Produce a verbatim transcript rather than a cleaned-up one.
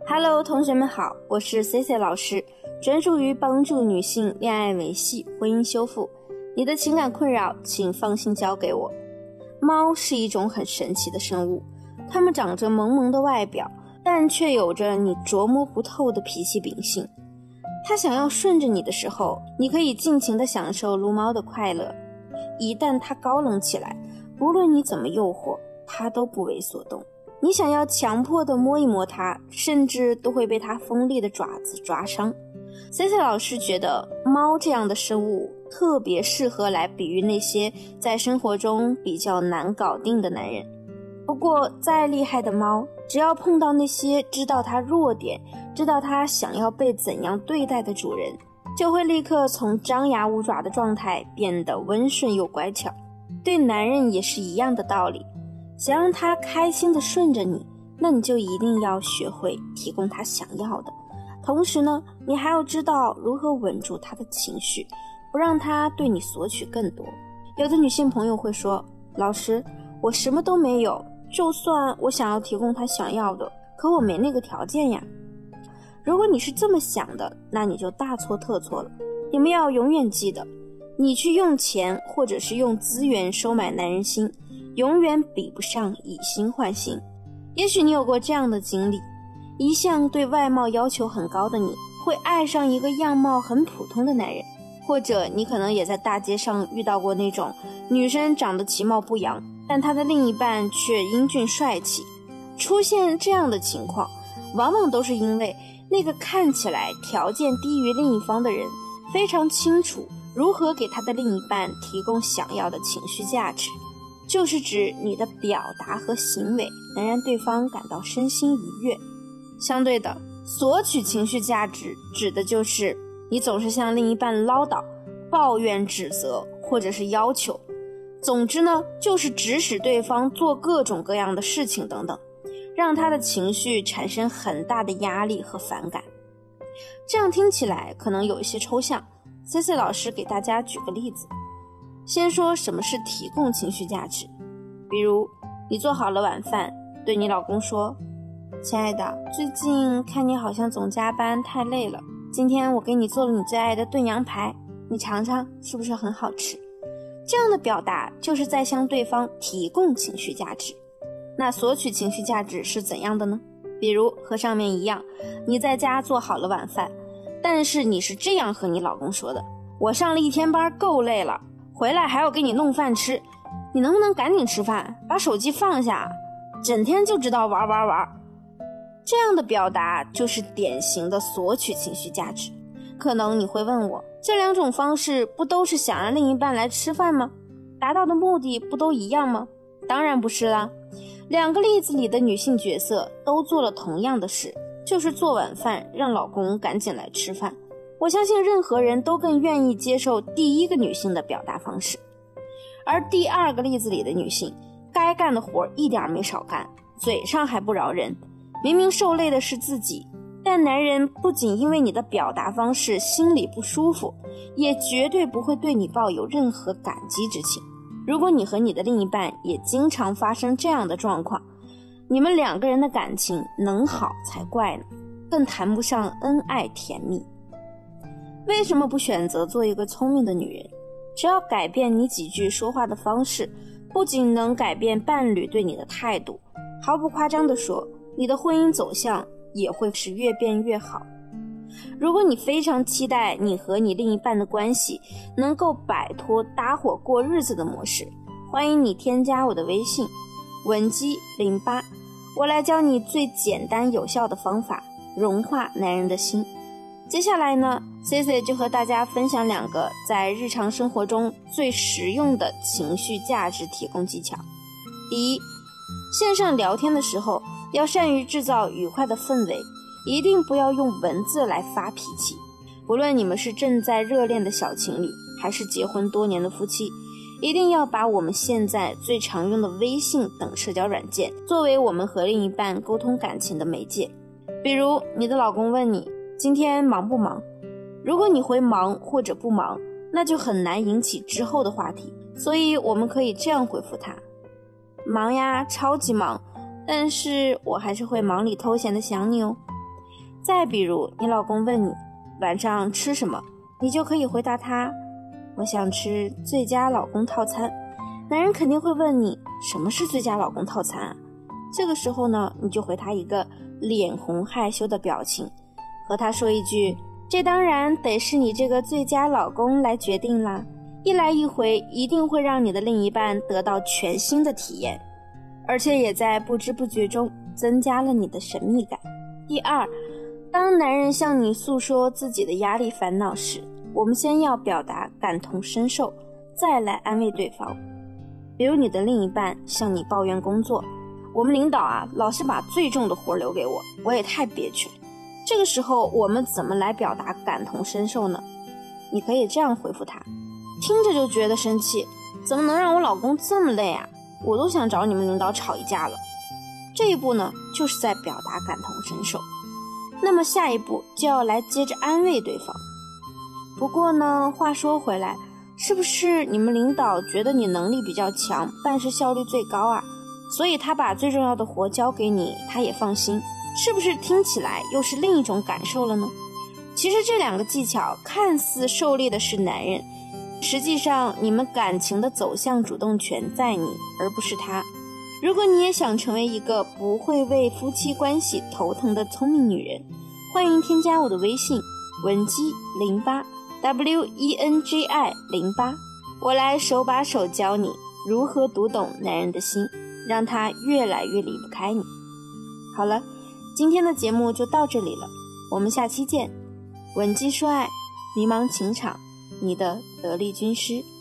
Hello， 同学们好，我是 C C 老师，专注于帮助女性恋爱维系、婚姻修复。你的情感困扰，请放心交给我。猫是一种很神奇的生物，它们长着萌萌的外表，但却有着你琢磨不透的脾气秉性。它想要顺着你的时候，你可以尽情地享受撸猫的快乐。一旦它高冷起来，不论你怎么诱惑，它都不为所动。你想要强迫地摸一摸它，甚至都会被它锋利的爪子抓伤。C C 老师觉得猫这样的生物特别适合来比喻那些在生活中比较难搞定的男人。不过再厉害的猫，只要碰到那些知道它弱点，知道它想要被怎样对待的主人，就会立刻从张牙舞爪的状态变得温顺又乖巧。对男人也是一样的道理，想让他开心地顺着你，那你就一定要学会提供他想要的。同时呢，你还要知道如何稳住他的情绪，不让他对你索取更多。有的女性朋友会说，老师，我什么都没有，就算我想要提供他想要的，可我没那个条件呀。如果你是这么想的，那你就大错特错了。你们要永远记得，你去用钱或者是用资源收买男人心，永远比不上以心换心。也许你有过这样的经历，一向对外貌要求很高的你，会爱上一个样貌很普通的男人。或者你可能也在大街上遇到过那种女生长得其貌不扬，但她的另一半却英俊帅气。出现这样的情况，往往都是因为那个看起来条件低于另一方的人，非常清楚如何给他的另一半提供想要的情绪价值，就是指你的表达和行为能让对方感到身心愉悦。相对的，索取情绪价值指的就是你总是向另一半唠叨、抱怨、指责或者是要求，总之呢，就是指使对方做各种各样的事情等等，让他的情绪产生很大的压力和反感。这样听起来可能有一些抽象， C C 老师给大家举个例子。先说什么是提供情绪价值。比如你做好了晚饭，对你老公说，亲爱的，最近看你好像总加班，太累了，今天我给你做了你最爱的炖羊排，你尝尝是不是很好吃。这样的表达就是在向对方提供情绪价值。那索取情绪价值是怎样的呢？比如和上面一样，你在家做好了晚饭，但是你是这样和你老公说的，我上了一天班够累了，回来还要给你弄饭吃，你能不能赶紧吃饭，把手机放下，整天就知道玩玩玩。这样的表达就是典型的索取情绪价值。可能你会问我，这两种方式不都是想让另一半来吃饭吗？达到的目的不都一样吗？当然不是啦。两个例子里的女性角色都做了同样的事，就是做晚饭让老公赶紧来吃饭。我相信任何人都更愿意接受第一个女性的表达方式。而第二个例子里的女性，该干的活一点没少干，嘴上还不饶人，明明受累的是自己，但男人不仅因为你的表达方式心里不舒服，也绝对不会对你抱有任何感激之情。如果你和你的另一半也经常发生这样的状况，你们两个人的感情能好才怪呢，更谈不上恩爱甜蜜。为什么不选择做一个聪明的女人？只要改变你几句说话的方式，不仅能改变伴侣对你的态度，毫不夸张地说，你的婚姻走向也会是越变越好。如果你非常期待你和你另一半的关系能够摆脱搭伙过日子的模式，欢迎你添加我的微信文姬零八，我来教你最简单有效的方法，融化男人的心。接下来呢， C C 就和大家分享两个在日常生活中最实用的情绪价值提供技巧。第一，线上聊天的时候要善于制造愉快的氛围，一定不要用文字来发脾气。不论你们是正在热恋的小情侣，还是结婚多年的夫妻，一定要把我们现在最常用的微信等社交软件作为我们和另一半沟通感情的媒介。比如你的老公问你今天忙不忙，如果你回忙或者不忙，那就很难引起之后的话题，所以我们可以这样回复他，忙呀，超级忙，但是我还是会忙里偷闲的想你哦。 再比如你老公问你晚上吃什么，你就可以回答他，我想吃最佳老公套餐。男人肯定会问你，什么是最佳老公套餐啊？这个时候呢，你就回他一个脸红害羞的表情，和他说一句，这当然得是你这个最佳老公来决定啦。一来一回一定会让你的另一半得到全新的体验，而且也在不知不觉中增加了你的神秘感。第二，当男人向你诉说自己的压力烦恼时，我们先要表达感同身受，再来安慰对方。比如你的另一半向你抱怨工作，我们领导啊老是把最重的活留给我，我也太憋屈了。这个时候我们怎么来表达感同身受呢？你可以这样回复他，听着就觉得生气，怎么能让我老公这么累啊？我都想找你们领导吵一架了。这一步呢，就是在表达感同身受。那么下一步就要来接着安慰对方。不过呢，话说回来，是不是你们领导觉得你能力比较强，办事效率最高啊？所以他把最重要的活交给你，他也放心。是不是听起来又是另一种感受了呢？其实这两个技巧看似受力的是男人，实际上你们感情的走向主动权在你，而不是他。如果你也想成为一个不会为夫妻关系头疼的聪明女人，欢迎添加我的微信文姬零八 W E N J I 零八，我来手把手教你如何读懂男人的心，让他越来越离不开你。好了，今天的节目就到这里了，我们下期见。文姬说爱，迷茫情场，你的得力军师。